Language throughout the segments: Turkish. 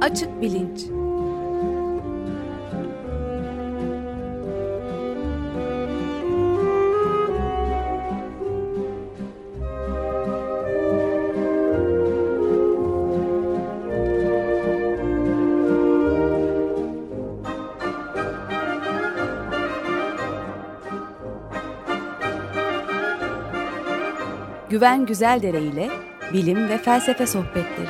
Açık bilinç. Güven Güzeldere ile bilim ve felsefe sohbetleri.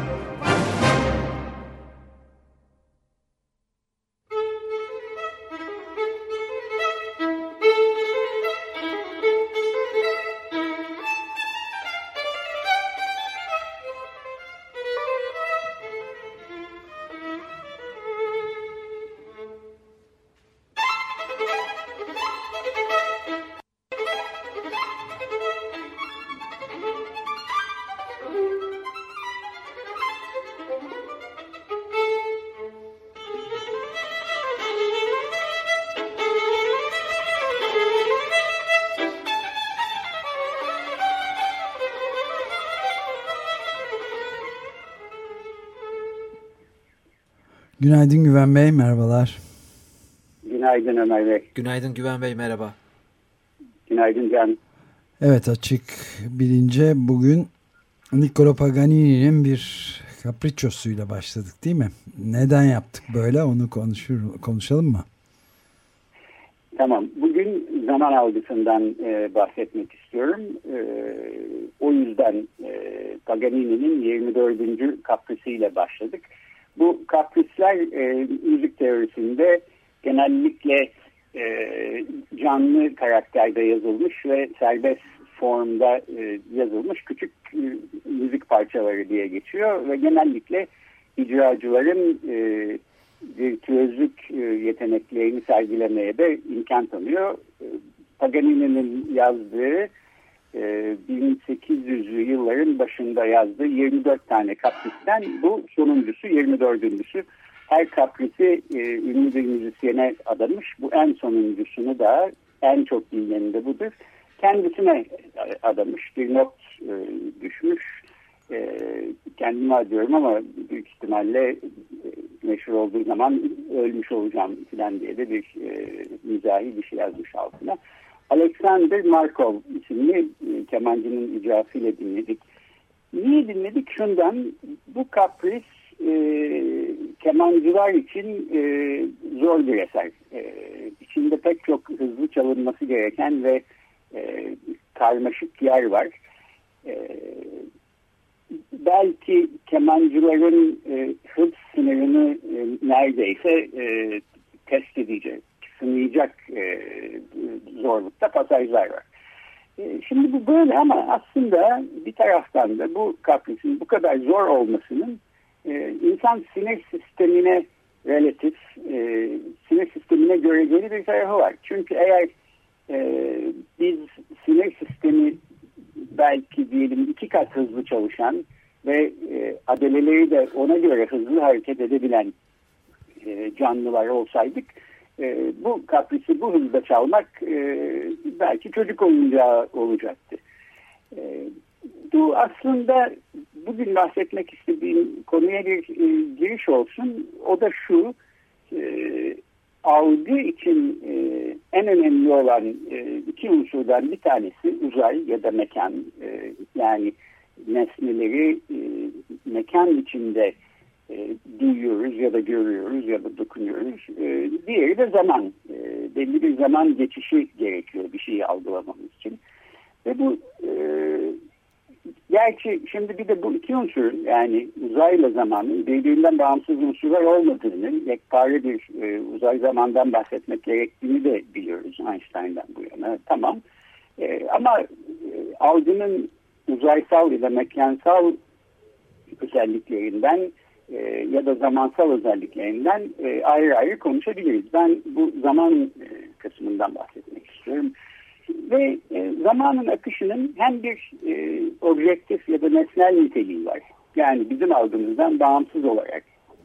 Günaydın Güven Bey, merhabalar. Günaydın Ömer Bey. Günaydın Güven Bey, merhaba. Günaydın Can. Evet, Açık Bilinç'e bugün Niccolo Paganini'nin bir Capriccio'suyla başladık değil mi? Neden yaptık böyle, onu konuşalım mı? Tamam, bugün zaman algısından bahsetmek istiyorum. O yüzden Paganini'nin 24. kaprisiyle başladık. Bu kaprisler müzik teorisinde genellikle canlı karakterde yazılmış ve serbest formda yazılmış küçük müzik parçaları diye geçiyor ve genellikle icracıların virtüözlük yeteneklerini sergilemeye de imkan tanıyor. Paganini'nin yazdığı 1800'lü yılların başında yazdığı 24 tane kapristen bu sonuncusu, 24'üncüsü. Her kaprisi ünlü bir müzisyene adamış. Bu en sonuncusunu da en çok bilineni de budur. Kendisine adamış. Bir not düşmüş. Kendime adıyorum ama büyük ihtimalle meşhur olduğu zaman ölmüş olacağım falan diye de bir mizahi bir şey yazmış altına. Alexander Markov isimli kemancının icrasıyla dinledik. Niye dinledik? Şundan, bu kapris kemancılar için zor bir eser. İçinde pek çok hızlı çalınması gereken ve karmaşık yer var. Belki kemancıların hız sınırını neredeyse test edecek, sınayacak zorlukta pasajlar var. Şimdi bu böyle ama aslında bir taraftan da bu kaprisin bu kadar zor olmasının insan sinir sistemine relatif, sinir sistemine göreceli bir tarafı var. Çünkü eğer biz sinir sistemi belki diyelim 2 kat hızlı çalışan ve adeleleri de ona göre hızlı hareket edebilen canlılar olsaydık, bu kaprisi bu hızda çalmak belki çocuk oyuncağı olacaktı. Bu aslında bugün bahsetmek istediğim konuya bir giriş olsun. O da şu, algı için en önemli olan 2 unsurdan bir tanesi uzay ya da mekan. Yani nesneleri mekan içinde duyuyoruz ya da görüyoruz ya da dokunuyoruz. Diğeri de zaman. Belli bir zaman geçişi gerekiyor bir şeyi algılamamız için. Ve bu gerçi şimdi bir de bu 2 unsur, yani uzayla zamanın birbirinden bağımsız unsurlar olmadığını, yekpare bir uzay zamandan bahsetmek gerektiğini de biliyoruz Einstein'dan bu yana. Tamam. Ama algının uzaysal ya da mekansal özelliklerinden ya da zamansal özelliklerinden ayrı ayrı konuşabiliriz. Ben bu zaman kısmından bahsetmek istiyorum. Ve zamanın akışının hem bir objektif ya da nesnel niteliği var. Yani bizim algımızdan bağımsız olarak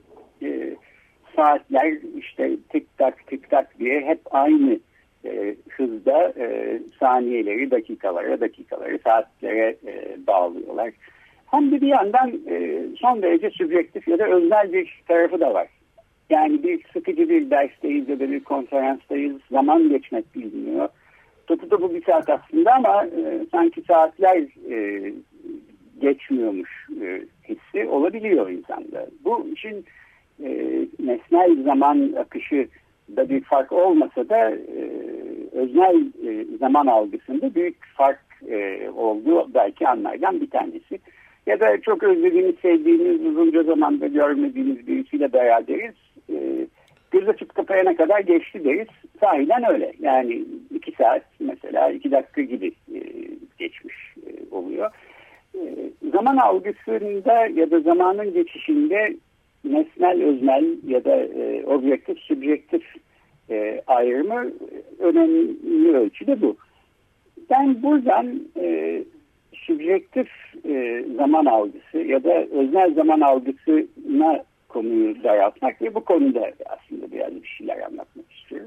saatler işte tik tak tik tak diye hep aynı hızda saniyeleri dakikalara, dakikaları saatlere bağlıyorlar. Hem de bir yandan son derece sübjektif ya da öznel bir tarafı da var. Yani bir sıkıcı bir dersteyiz ya da bir konferanstayız. Zaman geçmek bilmiyor. Tutuda bu bir saat aslında ama sanki saatler geçmiyormuş hissi olabiliyor insanda. Bu işin nesnel zaman akışı da bir fark olmasa da öznel zaman algısında büyük fark olduğu belki anlardan bir tanesi. Ya da çok özlediğiniz, sevdiğiniz, uzunca zamanda görmediğiniz birisiyle beraberiz. Göz açıp kapayana kadar geçti deriz. Sahiden öyle. Yani 2 saat mesela 2 dakika gibi geçmiş oluyor. Zaman algısında ya da zamanın geçişinde nesnel, öznel ya da objektif, subjektif ayrımı önemli ölçüde bu. Ben buradan subjektif zaman algısı ya da öznel zaman algısına konuyu daraltmak ve bu konuda aslında biraz bir şeyler anlatmak istiyorum.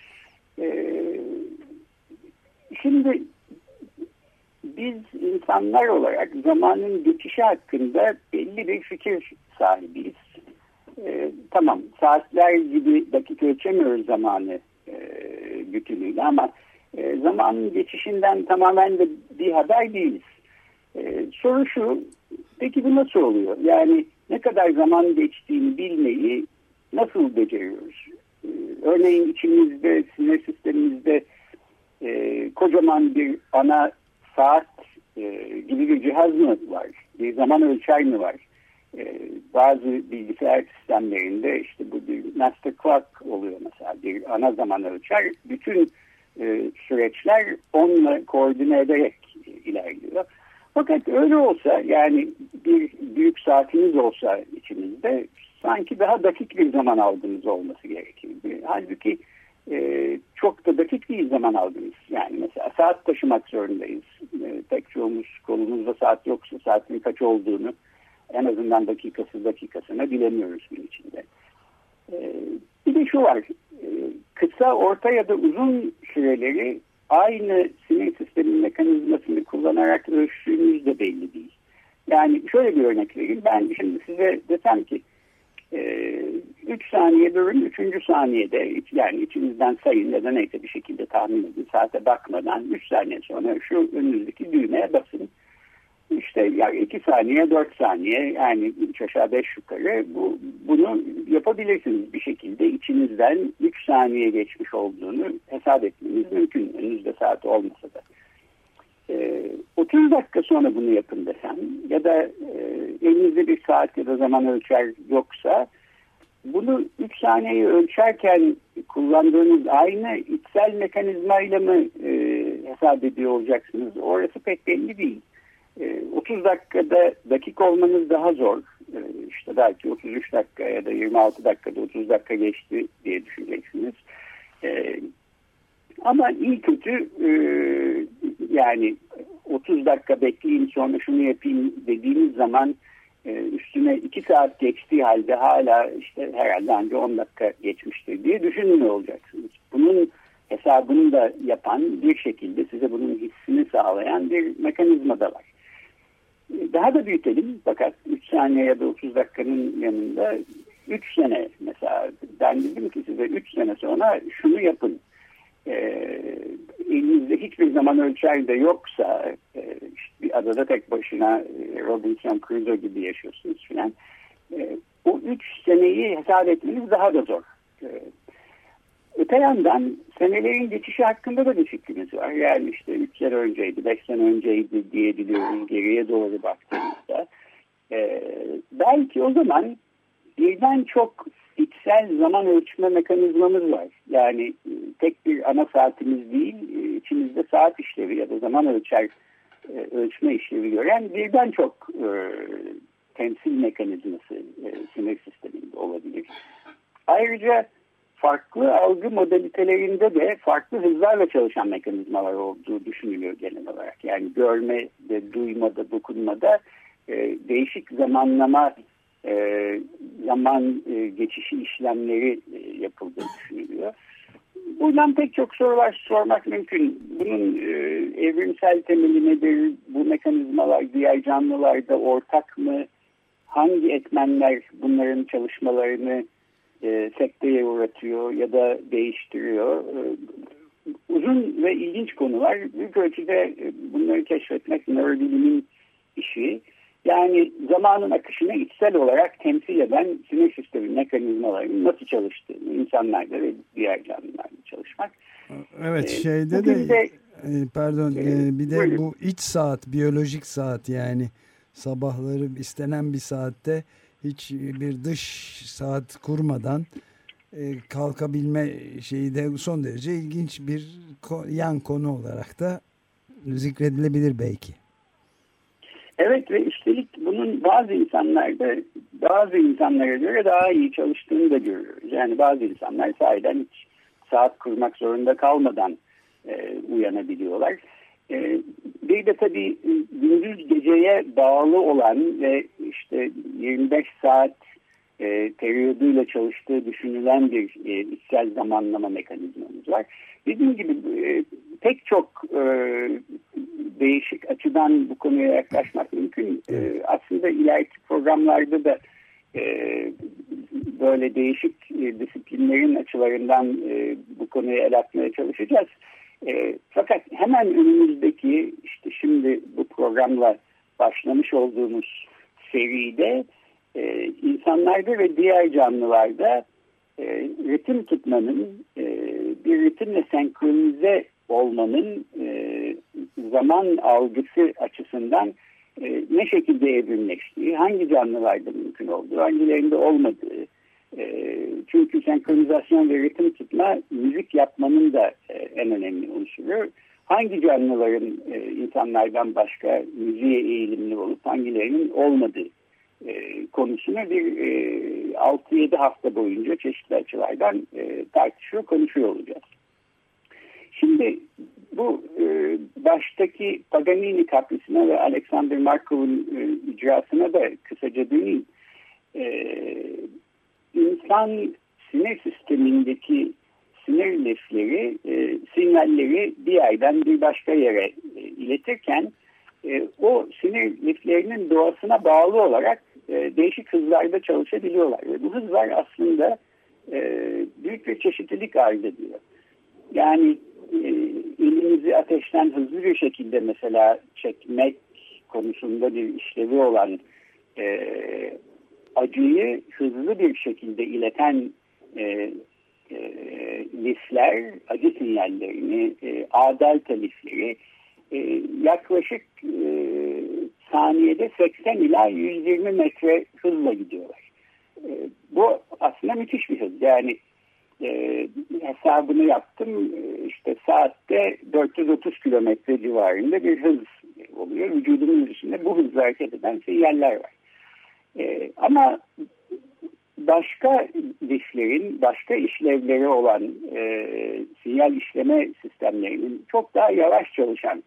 Şimdi biz insanlar olarak zamanın geçişi hakkında belli bir fikir sahibiyiz. Tamam, saatler gibi dakika ölçemiyoruz zamanı bütünüyle ama zamanın geçişinden tamamen de bir haber değiliz. Soru şu, peki bu nasıl oluyor? Yani ne kadar zaman geçtiğini bilmeyi nasıl beceriyoruz? Örneğin içimizde, sinir sistemimizde kocaman bir ana saat gibi bir cihaz mı var? Bir zaman ölçer mi var? Bazı bilgisayar sistemlerinde işte bu bir master clock oluyor mesela. Bir ana zaman ölçer. Bütün süreçler onunla koordine ederek ilerliyor. Fakat öyle olsa, yani bir büyük saatimiz olsa içimizde sanki daha dakik bir zaman algımız olması gerekirdi. Halbuki çok da dakik değil zaman algımız. Yani mesela saat taşımak zorundayız. Pek çoğumuz kolumuzda saat yoksa saatin kaç olduğunu en azından dakikasına bilemiyoruz gün içinde. Bir de şu var, kısa, orta ya da uzun süreleri aynı sinir sistemi mekanizmasını kullanarak ölçtüğümüz de belli değil. Yani şöyle bir örnek vereyim. Ben şimdi size desem ki 3 saniye durun, 3. saniyede yani içinizden sayın ya da neyse bir şekilde tahmin edin. Saate bakmadan 3 saniye sonra şu önünüzdeki düğmeye basın. İşte yani 2 saniye, 4 saniye yani 3 aşağı 5 yukarı bunu yapabilirsiniz bir şekilde. İçinizden 3 saniye geçmiş olduğunu hesap etmeniz mümkün. Önünüzde saat olmasa da. 30 dakika sonra bunu yapın desem ya da elinizde bir saat ya da zaman ölçer yoksa bunu 3 saniyeyi ölçerken kullandığınız aynı içsel mekanizmayla mı hesap ediyor olacaksınız? Orası pek belli değil. 30 dakikada dakik olmanız daha zor. İşte belki 33 dakika ya da 26 dakikada 30 dakika geçti diye düşüneceksiniz. Ama iyi kötü yani 30 dakika bekleyeyim sonra şunu yapayım dediğiniz zaman üstüne 2 saat geçtiği halde hala işte herhalde önce 10 dakika geçmiştir diye düşünmüyor olacaksınız. Bunun hesabını da yapan bir şekilde size bunun hissini sağlayan bir mekanizma da var. Daha da büyütelim fakat 3 saniye ya da 30 dakikanın yanında 3 sene mesela ben dedim ki size 3 sene sonra şunu yapın. Elinizde hiçbir zaman ölçer de yoksa işte bir adada tek başına Robinson Crusoe gibi yaşıyorsunuz filan. O 3 seneyi hesap etmeniz daha da zor. Öte yandan senelerin geçişi hakkında da bir fikrimiz var. Yani işte 3 sene önceydi, 5 sene önceydi diyebiliyoruz geriye doğru baktığımızda. Belki o zaman birden çok içsel zaman ölçme mekanizmamız var. Yani tek bir ana saatimiz değil, içimizde saat işlevi ya da zaman ölçme işlevi gören birden çok temsil mekanizması sinir sisteminde olabilir. Ayrıca farklı algı modalitelerinde de farklı hızlarla çalışan mekanizmalar olduğu düşünülüyor genel olarak. Yani görmede, duymada, dokunmada değişik zamanlama, zaman geçişi işlemleri yapıldığı düşünülüyor. buradan pek çok sorular sormak mümkün. Bunun evrimsel temeli nedir? Bu mekanizmalar diğer canlılarda ortak mı? Hangi etmenler bunların çalışmalarını sekteye uğratıyor ya da değiştiriyor? Uzun ve ilginç konular. Büyük ölçüde bunları keşfetmek nörobilimin işi. Yani zamanın akışını içsel olarak temsil eden sinir sistemi mekanizmalarının nasıl çalıştığını insanlarda ve diğer canlılarda çalışmak. Evet, şeyde pardon, bir de buyurun. Bu iç saat, biyolojik saat, yani sabahları istenen bir saatte hiç bir dış saat kurmadan kalkabilme şeyi de son derece ilginç bir yan konu olarak da zikredilebilir belki. Evet ve üstelik bunun bazı insanlara göre daha iyi çalıştığını da görüyoruz. Yani bazı insanlar sahiden hiç saat kurmak zorunda kalmadan uyanabiliyorlar. Bir de tabii gündüz geceye bağlı olan ve işte 25 saat periyoduyla çalıştığı düşünülen bir içsel zamanlama mekanizmamız var. Dediğim gibi pek çok değişik açıdan bu konuya yaklaşmak mümkün. Aslında ileriki programlarda da böyle değişik disiplinlerin açılarından bu konuyu ele atmaya çalışacağız. Fakat hemen önümüzdeki işte şimdi bu programla başlamış olduğumuz seride insanlarda ve diğer canlılarda ritim tutmanın, bir ritimle senkronize olmanın zaman algısı açısından ne şekilde evrimleştiği, hangi canlılarda mümkün olduğu, hangilerinde olmadığı. Çünkü senkronizasyon ve ritim tutma müzik yapmanın da en önemli unsuru. Hangi canlıların insanlardan başka müziğe eğilimli olup hangilerinin olmadığı konusunu bir 6-7 hafta boyunca çeşitli açılardan tartışıyor, konuşuyor olacağız. Şimdi bu baştaki Paganini kaprisine ve Alexander Markov'un icrasına da kısaca döneyim. İnsan sinir sistemindeki sinir lifleri sinyalleri bir yerden bir başka yere iletirken o sinir liflerinin doğasına bağlı olarak değişik hızlarda çalışabiliyorlar. Ve bu hızlar aslında büyük bir çeşitlilik arz ediyor. Yani elinizi ateşten hızlı bir şekilde mesela çekmek konusunda bir işlevi olan acıyı hızlı bir şekilde ileten lifler, acı sinyallerini, A delta lifleri yaklaşık saniyede 80 ila 120 metre hızla gidiyorlar. Bu aslında müthiş bir hız. Yani hesabını yaptım, işte saatte 430 kilometre civarında bir hız oluyor. Vücudumuz içinde bu hızla hareket eden sinyaller var. Ama başka liflerin, başka işlevleri olan sinyal işleme sistemlerinin çok daha yavaş çalışan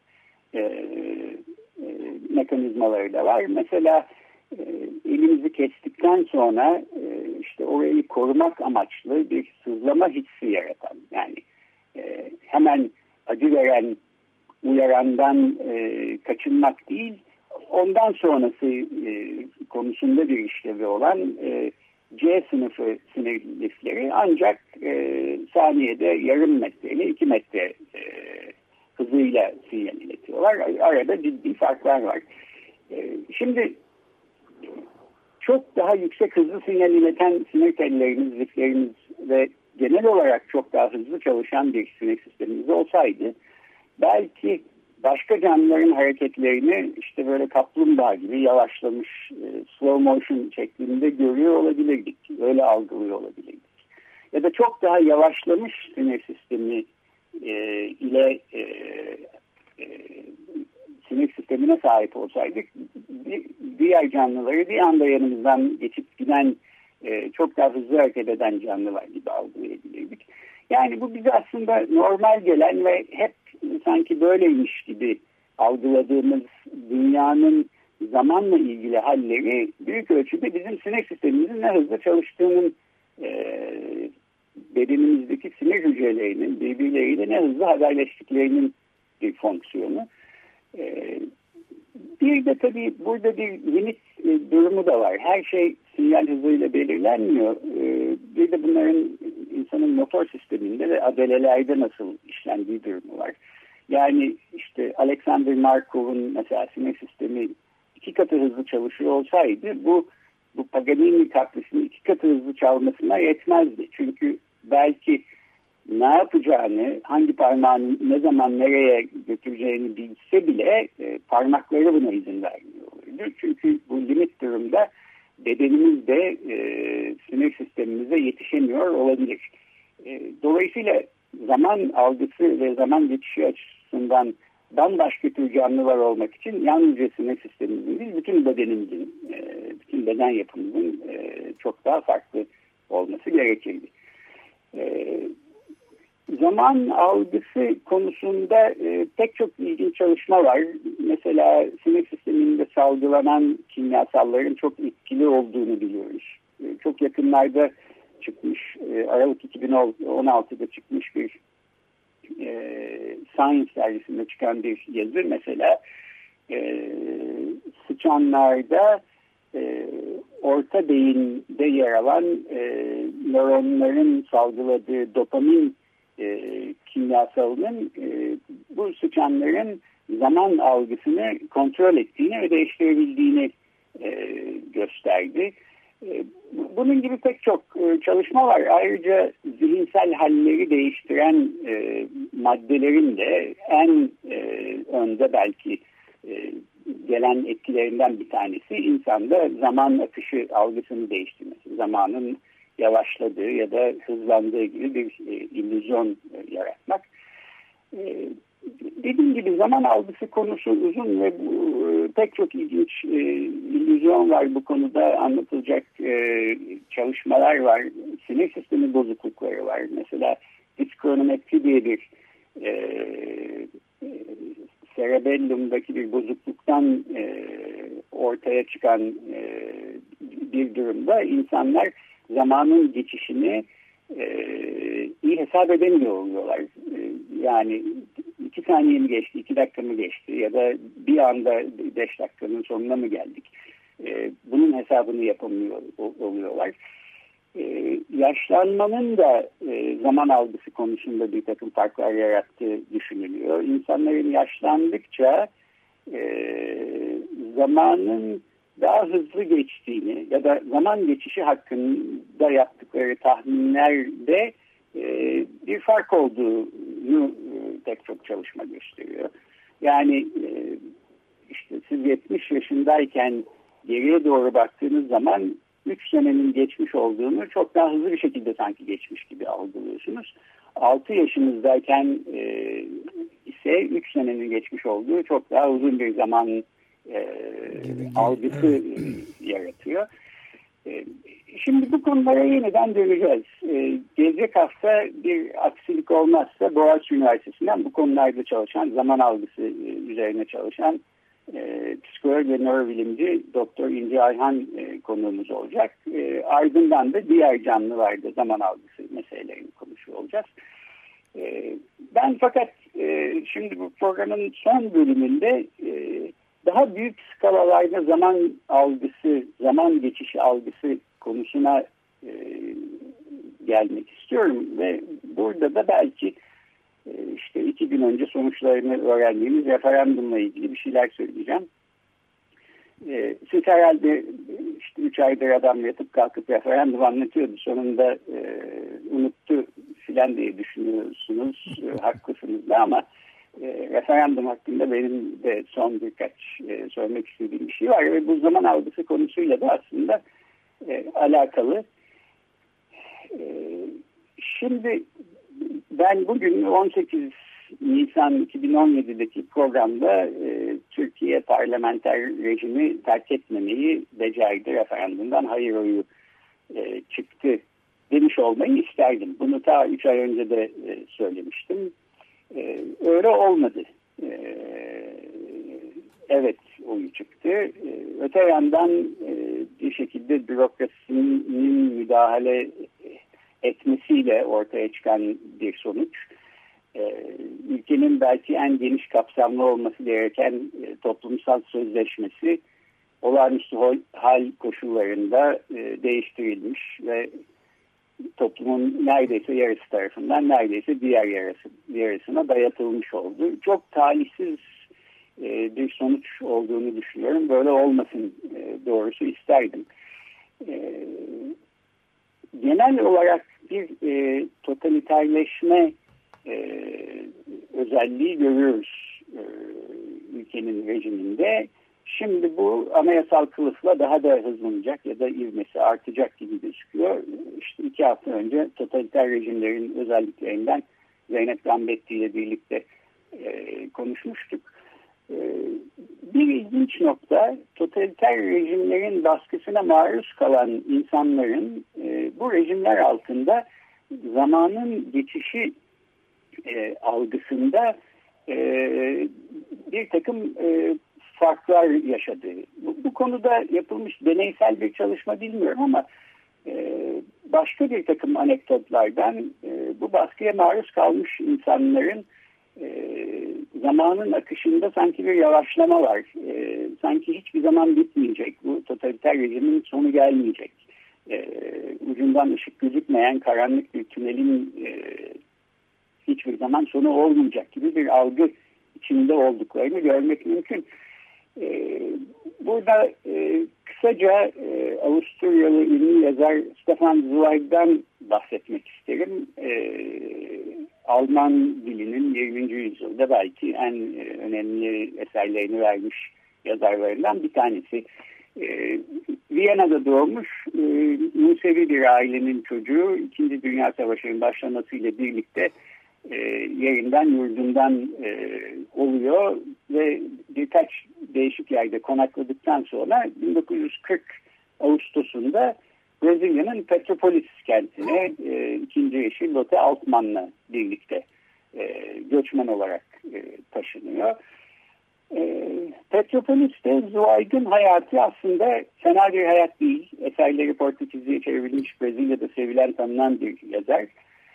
mekanizmaları da var. Mesela elimizi kestikten sonra işte orayı korumak amaçlı bir sızlama hissi yaratan, yani hemen acı veren uyarandan kaçınmak değil, ondan sonrası konusunda bir işlevi olan C sınıfı sinir lifleri ancak saniyede yarım metre ile 2 metre hızıyla sinyal iletiyorlar. Arada ciddi farklar var. Şimdi çok daha yüksek hızlı sinyal ileten sinir tellerimiz, liflerimiz ve genel olarak çok daha hızlı çalışan bir sinir sistemimiz olsaydı belki başka canlıların hareketlerini işte böyle kaplumbağa gibi yavaşlamış slow motion şeklinde görüyor olabilirdik. Öyle algılıyor olabilirdik. Ya da çok daha yavaşlamış sinir sistemi ile sinir sistemine sahip olsaydık diğer canlıları bir anda yanımızdan geçip giden çok daha hızlı hareket eden canlılar gibi algılayabilirdik. Yani bu bize aslında normal gelen ve hep sanki böyleymiş gibi algıladığımız dünyanın zamanla ilgili halleri büyük ölçüde bizim sinir sistemimizin ne hızlı çalıştığının bedenimizdeki sinir hücrelerinin birbirleriyle ne hızlı haberleştiklerinin bir fonksiyonu. Bir de tabii burada bir limit durumu da var. Her şey sinyal hızıyla belirlenmiyor. Bir de bunların insanın motor sisteminde ve adalelerde nasıl işlendiği durumu var. Yani işte Alexander Markov'un mesela sinir sistemi 2 katı hızlı çalışıyor olsaydı bu Paganini kaprisini 2 katı hızlı çalmasına yetmezdi. Çünkü belki ne yapacağını, hangi parmağını ne zaman nereye götüreceğini bilse bile parmakları buna izin vermiyor olurdu. Çünkü bu limit durumda bedenimiz de sinir sistemimize yetişemiyor olabilir. Dolayısıyla zaman algısı ve zaman geçişi açısından bambaşka tür canlılar olmak için yalnızca sinir sistemimizin değil, bütün bedenimizin, bütün beden yapımızın çok daha farklı olması gerekirdi. Zaman algısı konusunda pek çok ilginç çalışma var. Mesela sinir sisteminde salgılanan kimyasalların çok etkili olduğunu biliyoruz. Çok yakınlarda çıkmış, Aralık 2016'da çıkmış bir Science dergisinde çıkan bir yazı. Mesela sıçanlarda orta beyinde yer alan nöronların salgıladığı dopamin kimyasalının bu sıçanların zaman algısını kontrol ettiğini ve değiştirebildiğini gösterdi. Bunun gibi pek çok çalışma var. Ayrıca zihinsel halleri değiştiren maddelerin de en önde belki gelen etkilerinden bir tanesi insanda zaman akışı algısını değiştirmesi. Zamanın yavaşladığı ya da hızlandığı gibi bir illüzyon yaratmak. Dediğim gibi zaman algısı konusu uzun ve pek çok ilginç illüzyon var bu konuda, anlatılacak çalışmalar var. Sinir sistemi bozuklukları var. Mesela diskronometri diye bir cerebellum'daki bir bozukluktan ortaya çıkan bir durumda insanlar zamanın geçişini iyi hesap edemiyor oluyorlar. Yani 2 saniye mi geçti, 2 dakika mı geçti ya da bir anda 5 dakikanın sonuna mı geldik? Bunun hesabını yapamıyor oluyorlar. Yaşlanmanın da zaman algısı konusunda bir takım farklar yarattığı düşünülüyor. İnsanların yaşlandıkça zamanın daha hızlı geçtiğini ya da zaman geçişi hakkında yaptıkları tahminlerde bir fark olduğunu pek çok çalışma gösteriyor. Yani işte siz 70 yaşındayken geriye doğru baktığınız zaman 3 senenin geçmiş olduğunu çok daha hızlı bir şekilde sanki geçmiş gibi algılıyorsunuz. 6 yaşınızdayken ise 3 senenin geçmiş olduğu çok daha uzun bir zaman algısı yaratıyor. Şimdi bu konulara yeniden döneceğiz. Gelecek hafta bir aksilik olmazsa Boğaziçi Üniversitesi'nden bu konularda çalışan, zaman algısı üzerine çalışan psikolog ve nörobilimci Doktor İnce Ayhan konuğumuz olacak. Ardından da diğer canlılarda zaman algısı meselelerini konuşuyor olacağız. Ben fakat şimdi bu programın son bölümünde daha büyük skalalarda zaman algısı, zaman geçişi algısı konusuna gelmek istiyorum ve burada da belki işte 2 gün önce sonuçlarını öğrendiğimiz referandumla ilgili bir şeyler söyleyeceğim. Siz herhalde işte 3 aydır adam yatıp kalkıp referandum anlatıyordu. Sonunda unuttu filan diye düşünüyorsunuz. Haklısınız da ama referandum hakkında benim de son birkaç söylemek istediğim bir şey var. Ve bu zaman algısı konusuyla da aslında alakalı. Şimdi ben bugün 18 Nisan 2017'deki programda Türkiye parlamenter rejimi terk etmemeyi becerdi, referandumdan hayır oyu çıktı demiş olmayı isterdim. Bunu ta 3 ay önce de söylemiştim. Öyle olmadı. Evet oyu çıktı. Öte yandan bir şekilde bürokrasinin müdahale etmesiyle ortaya çıkan bir sonuç. Ülkenin belki en geniş kapsamlı olması gereken toplumsal sözleşmesi olağanüstü hal koşullarında değiştirilmiş ve toplumun neredeyse yarısı tarafından neredeyse diğer yarısına dayatılmış oldu. Çok talihsiz bir sonuç olduğunu düşünüyorum. Böyle olmasın doğrusu isterdim. Genel olarak bir totaliterleşme özelliği görüyoruz ülkenin rejiminde. Şimdi bu anayasal kılıfla daha da hızlanacak ya da ivmesi artacak gibi gözüküyor. İşte 2 hafta önce totaliter rejimlerin özelliklerinden Zeynep Gambetti ile birlikte konuşmuştuk. Bir ilginç nokta, totaliter rejimlerin baskısına maruz kalan insanların bu rejimler altında zamanın geçişi algısında bir takım farklar yaşadı. Bu konuda yapılmış deneysel bir çalışma bilmiyorum ama başka bir takım anekdotlardan bu baskıya maruz kalmış insanların zamanın akışında sanki bir yavaşlama var. Sanki hiçbir zaman bitmeyecek. Bu totaliter rejimin sonu gelmeyecek. Ucundan ışık gözükmeyen karanlık bir tünelin hiçbir zaman sonu olmayacak gibi bir algı içinde olduklarını görmek mümkün. Burada kısaca Avusturyalı ünlü yazar Stefan Zweig'den bahsetmek isterim. Alman dilinin 20. yüzyılda belki en önemli eserlerini vermiş yazarlarından bir tanesi. Viyana'da doğmuş Musevi bir ailenin çocuğu. 2. Dünya Savaşı'nın başlamasıyla birlikte yerinden yurdundan oluyor ve birkaç değişik yerde konakladıktan sonra 1940 Ağustos'unda Brezilya'nın Petropolis kentine ikinci eşi Lotte Altmann'la birlikte göçmen olarak taşınıyor. Petropolis'te Zweig'in hayatı aslında fena bir hayat değil. Eserleri Portekizce'ye çevrilmiş, Brezilya'da sevilen tanınan bir yazar.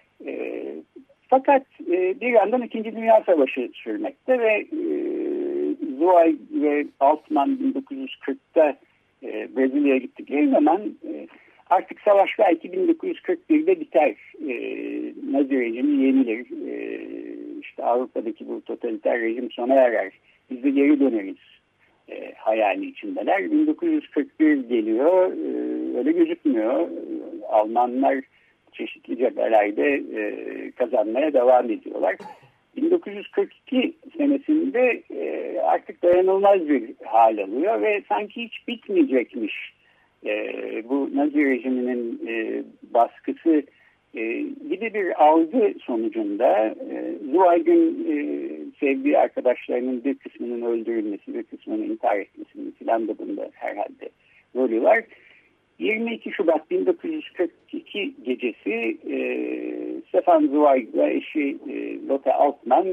Fakat bir yandan 2. Dünya Savaşı sürmekte ve Zweig ve Altman 1940'ta Brezilya'ya gittikleri zaman artık savaş belki 1941'de biter. Nazi rejimi yenilir. İşte Avrupa'daki bu totaliter rejim sona erer. Biz de geri döneriz hayali içindeler. 1941 geliyor. Öyle gözükmüyor. Almanlar çeşitli cephelerde kazanmaya devam ediyorlar. 1942 senesinde artık dayanılmaz bir hal alıyor ve sanki hiç bitmeyecekmiş bu Nazi rejiminin baskısı gibi bir algı sonucunda Zweig'in sevdiği arkadaşlarının bir kısmının öldürülmesi, bir kısmının intihar etmesini filan da bunda herhalde rolü var. 22 Şubat 1942 gecesi Stefan Zweig ve eşi Lotte Altmann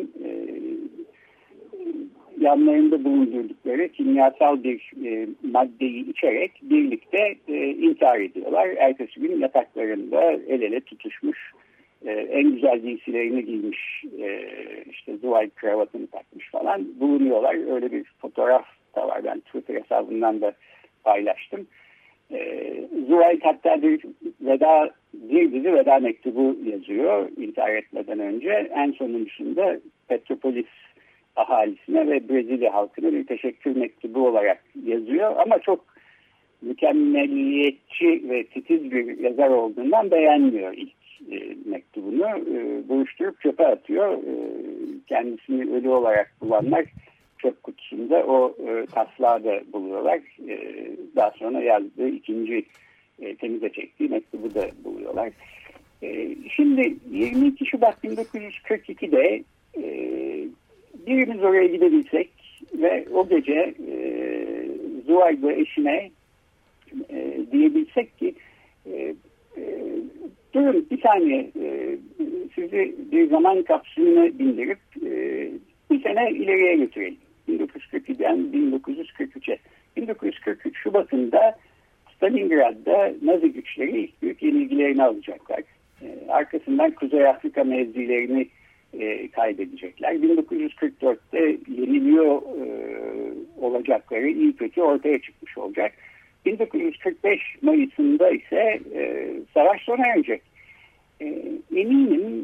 yanlarında bulundurdukları kimyasal bir maddeyi içerek birlikte intihar ediyorlar. Ertesi gün yataklarında el ele tutuşmuş, en güzel giysilerini giymiş, işte Zweig kravatını takmış falan bulunuyorlar. Öyle bir fotoğraf da var. Ben Twitter hesabından da paylaştım. Zweig hatta bir dizi veda mektubu yazıyor intihar etmeden önce. En sonuncusunda Petropolis ahalisine ve Brezilya halkına bir teşekkür mektubu olarak yazıyor. Ama çok mükemmeliyetçi ve titiz bir yazar olduğundan beğenmiyor ilk mektubunu. Buruşturup çöpe atıyor. Kendisini ölü olarak bulanlar çöp kutusunda o taslağı da buluyorlar. Daha sonra yazdığı ikinci temize çektiği mektubu da buluyorlar. Şimdi 22 Şubat 1942'de birimiz oraya gidebilsek ve o gece Zweig ve eşine diyebilsek ki durun bir saniye sizi bir zaman kapsülüne bindirip bir sene ileriye götürelim. 1942'den 1943'e. 1943 Şubat'ında Stalingrad'da Nazi güçleri ilk büyük yenilgilerini alacaklar. arkasından Kuzey Afrika mevzilerini kaybedecekler. 1944'te yeniliyor olacakları iyi kötü ortaya çıkmış olacak. 1945 Mayıs'ında ise savaş sona erecek. Eminim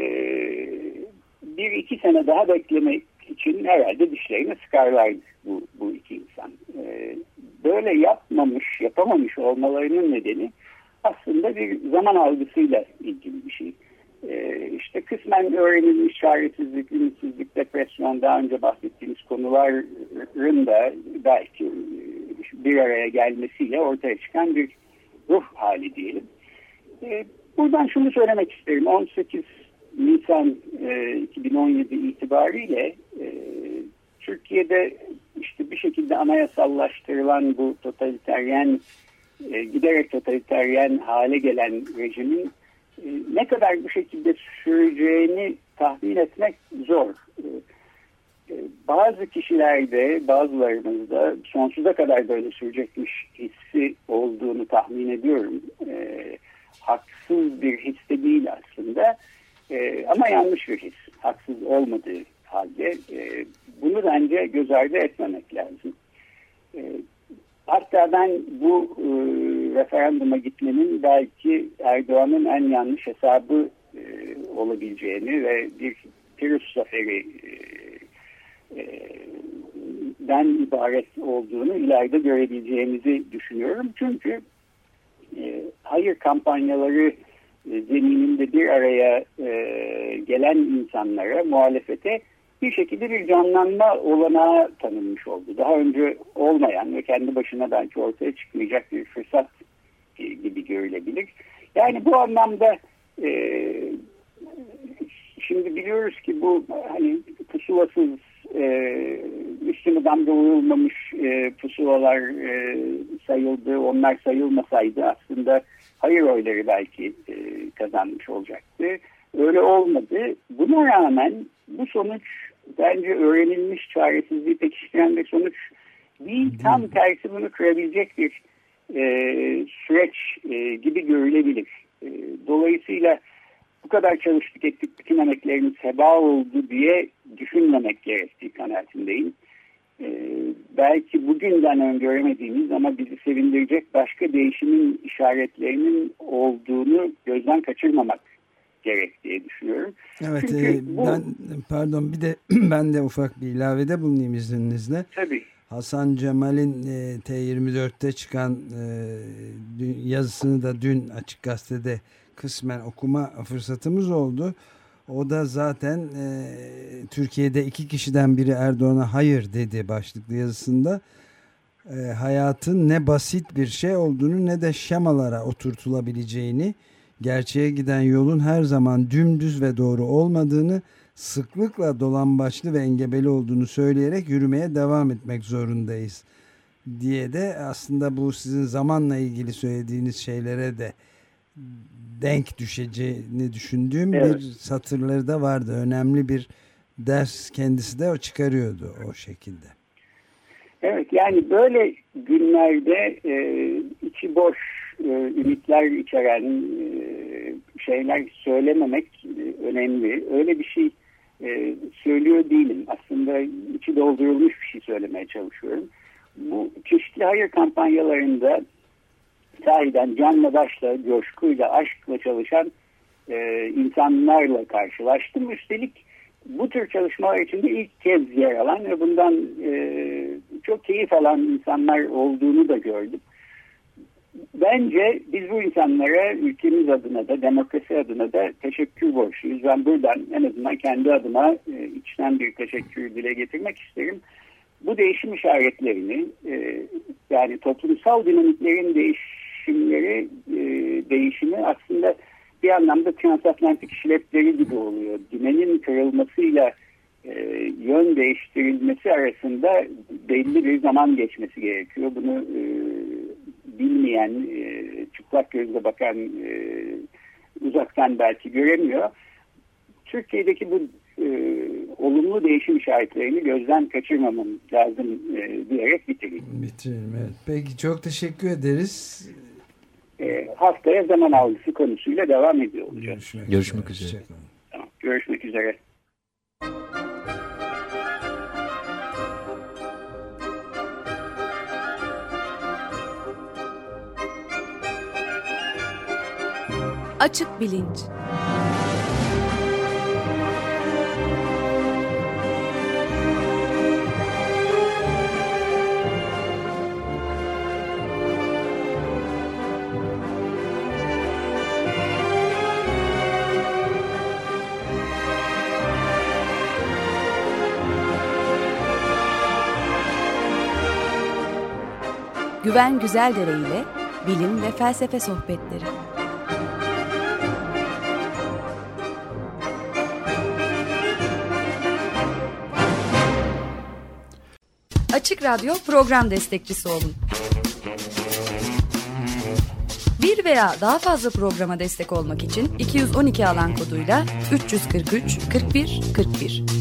bir iki sene daha beklemek için herhalde dişlerini sıkarlardı bu iki insan. Böyle yapamamış olmalarının nedeni aslında bir zaman algısıyla ilgili bir şey. İşte kısmen öğrenilmiş çaresizlik, ümitsizlik, depresyon, daha önce bahsettiğimiz konuların da belki bir araya gelmesiyle ortaya çıkan bir ruh hali diyelim. Buradan şunu söylemek isterim. 18 Nisan 2017 itibariyle Türkiye'de işte bir şekilde anayasallaştırılan bu giderek totaliteryen hale gelen rejimin ne kadar bu şekilde süreceğini tahmin etmek zor. Bazı kişilerde, bazılarımızda sonsuza kadar böyle sürecekmiş hissi olduğunu tahmin ediyorum. Haksız bir his de değil aslında. Ama yanlış bir his. Haksız olmadığı halde bunu bence göz ardı etmemek lazım. Hatta ben bu referanduma gitmenin belki Erdoğan'ın en yanlış hesabı olabileceğini ve bir Pirus zaferi den ibaret olduğunu ileride görebileceğimizi düşünüyorum. Çünkü hayır kampanyaları zemininde bir araya gelen insanlara, muhalefete bir şekilde bir canlanma olanağı tanınmış oldu. Daha önce olmayan ve kendi başına belki ortaya çıkmayacak bir fırsat gibi görülebilir. Yani bu anlamda şimdi biliyoruz ki bu hani pusulasız üstüne damga vurulmamış pusulalar sayıldı. Onlar sayılmasaydı aslında hayır oyları belki kazanmış olacaktı. Öyle olmadı. Buna rağmen bu sonuç bence öğrenilmiş çaresizliği pekiştiren bir sonuç değil. Tam tersi bunu kırabilecek bir süreç gibi görülebilir. Dolayısıyla bu kadar çalıştık ettik, bütün emeklerimiz heba oldu diye düşünmemek gerektiği kanaatindeyim. Belki bugünden öngöremediğimiz ama bizi sevindirecek başka değişimin işaretlerinin olduğunu gözden kaçırmamak gerek diye düşünüyorum. Evet, bir de ben de ufak bir ilavede bulunayım izninizle. Tabii. Hasan Cemal'in T24'te çıkan yazısını da dün Açık Gazete'de kısmen okuma fırsatımız oldu. O da zaten Türkiye'de 2 kişiden biri Erdoğan'a hayır dedi başlıklı yazısında. Hayatın ne basit bir şey olduğunu ne de şemalara oturtulabileceğini, gerçeğe giden yolun her zaman dümdüz ve doğru olmadığını, sıklıkla dolambaçlı ve engebeli olduğunu söyleyerek yürümeye devam etmek zorundayız diye de aslında bu sizin zamanla ilgili söylediğiniz şeylere de denk düşeceğini düşündüğüm bir satırları da vardı. Önemli bir ders kendisi de o çıkarıyordu o şekilde. Evet, yani böyle günlerde içi boş ümitler içeren şeyler söylememek önemli. Öyle bir şey söylüyor değilim. Aslında içi doldurulmuş bir şey söylemeye çalışıyorum. Bu çeşitli hayır kampanyalarında sahiden canla başla, coşkuyla, aşkla çalışan insanlarla karşılaştım. Üstelik bu tür çalışmalar içinde ilk kez yer alan ve bundan çok keyif alan insanlar olduğunu da gördüm. Bence biz bu insanlara ülkemiz adına da demokrasi adına da teşekkür borçluyuz. Ben buradan en azından kendi adıma içten bir teşekkür dile getirmek isterim. Bu değişim işaretlerini yani toplumsal dinamiklerin değişimi aslında bir anlamda transatlantik şilepleri gibi oluyor. Dümenin kırılmasıyla yön değiştirilmesi arasında belli bir zaman geçmesi gerekiyor. Bunu bilmeyen, çıplak gözle bakan, uzaktan belki göremiyor. Türkiye'deki bu olumlu değişim işaretlerini gözden kaçırmamam lazım diyerek bitireyim. Evet. Peki çok teşekkür ederiz. Haftaya zaman avcısı konusuyla devam ediyor olacağız. Görüşmek üzere. Tamam, görüşmek üzere. Açık Bilinç. Güven Güzeldere ile bilim ve felsefe sohbetleri. Açık Radyo program destekçisi olun. Bir veya daha fazla programa destek olmak için 212 alan koduyla 343 41 41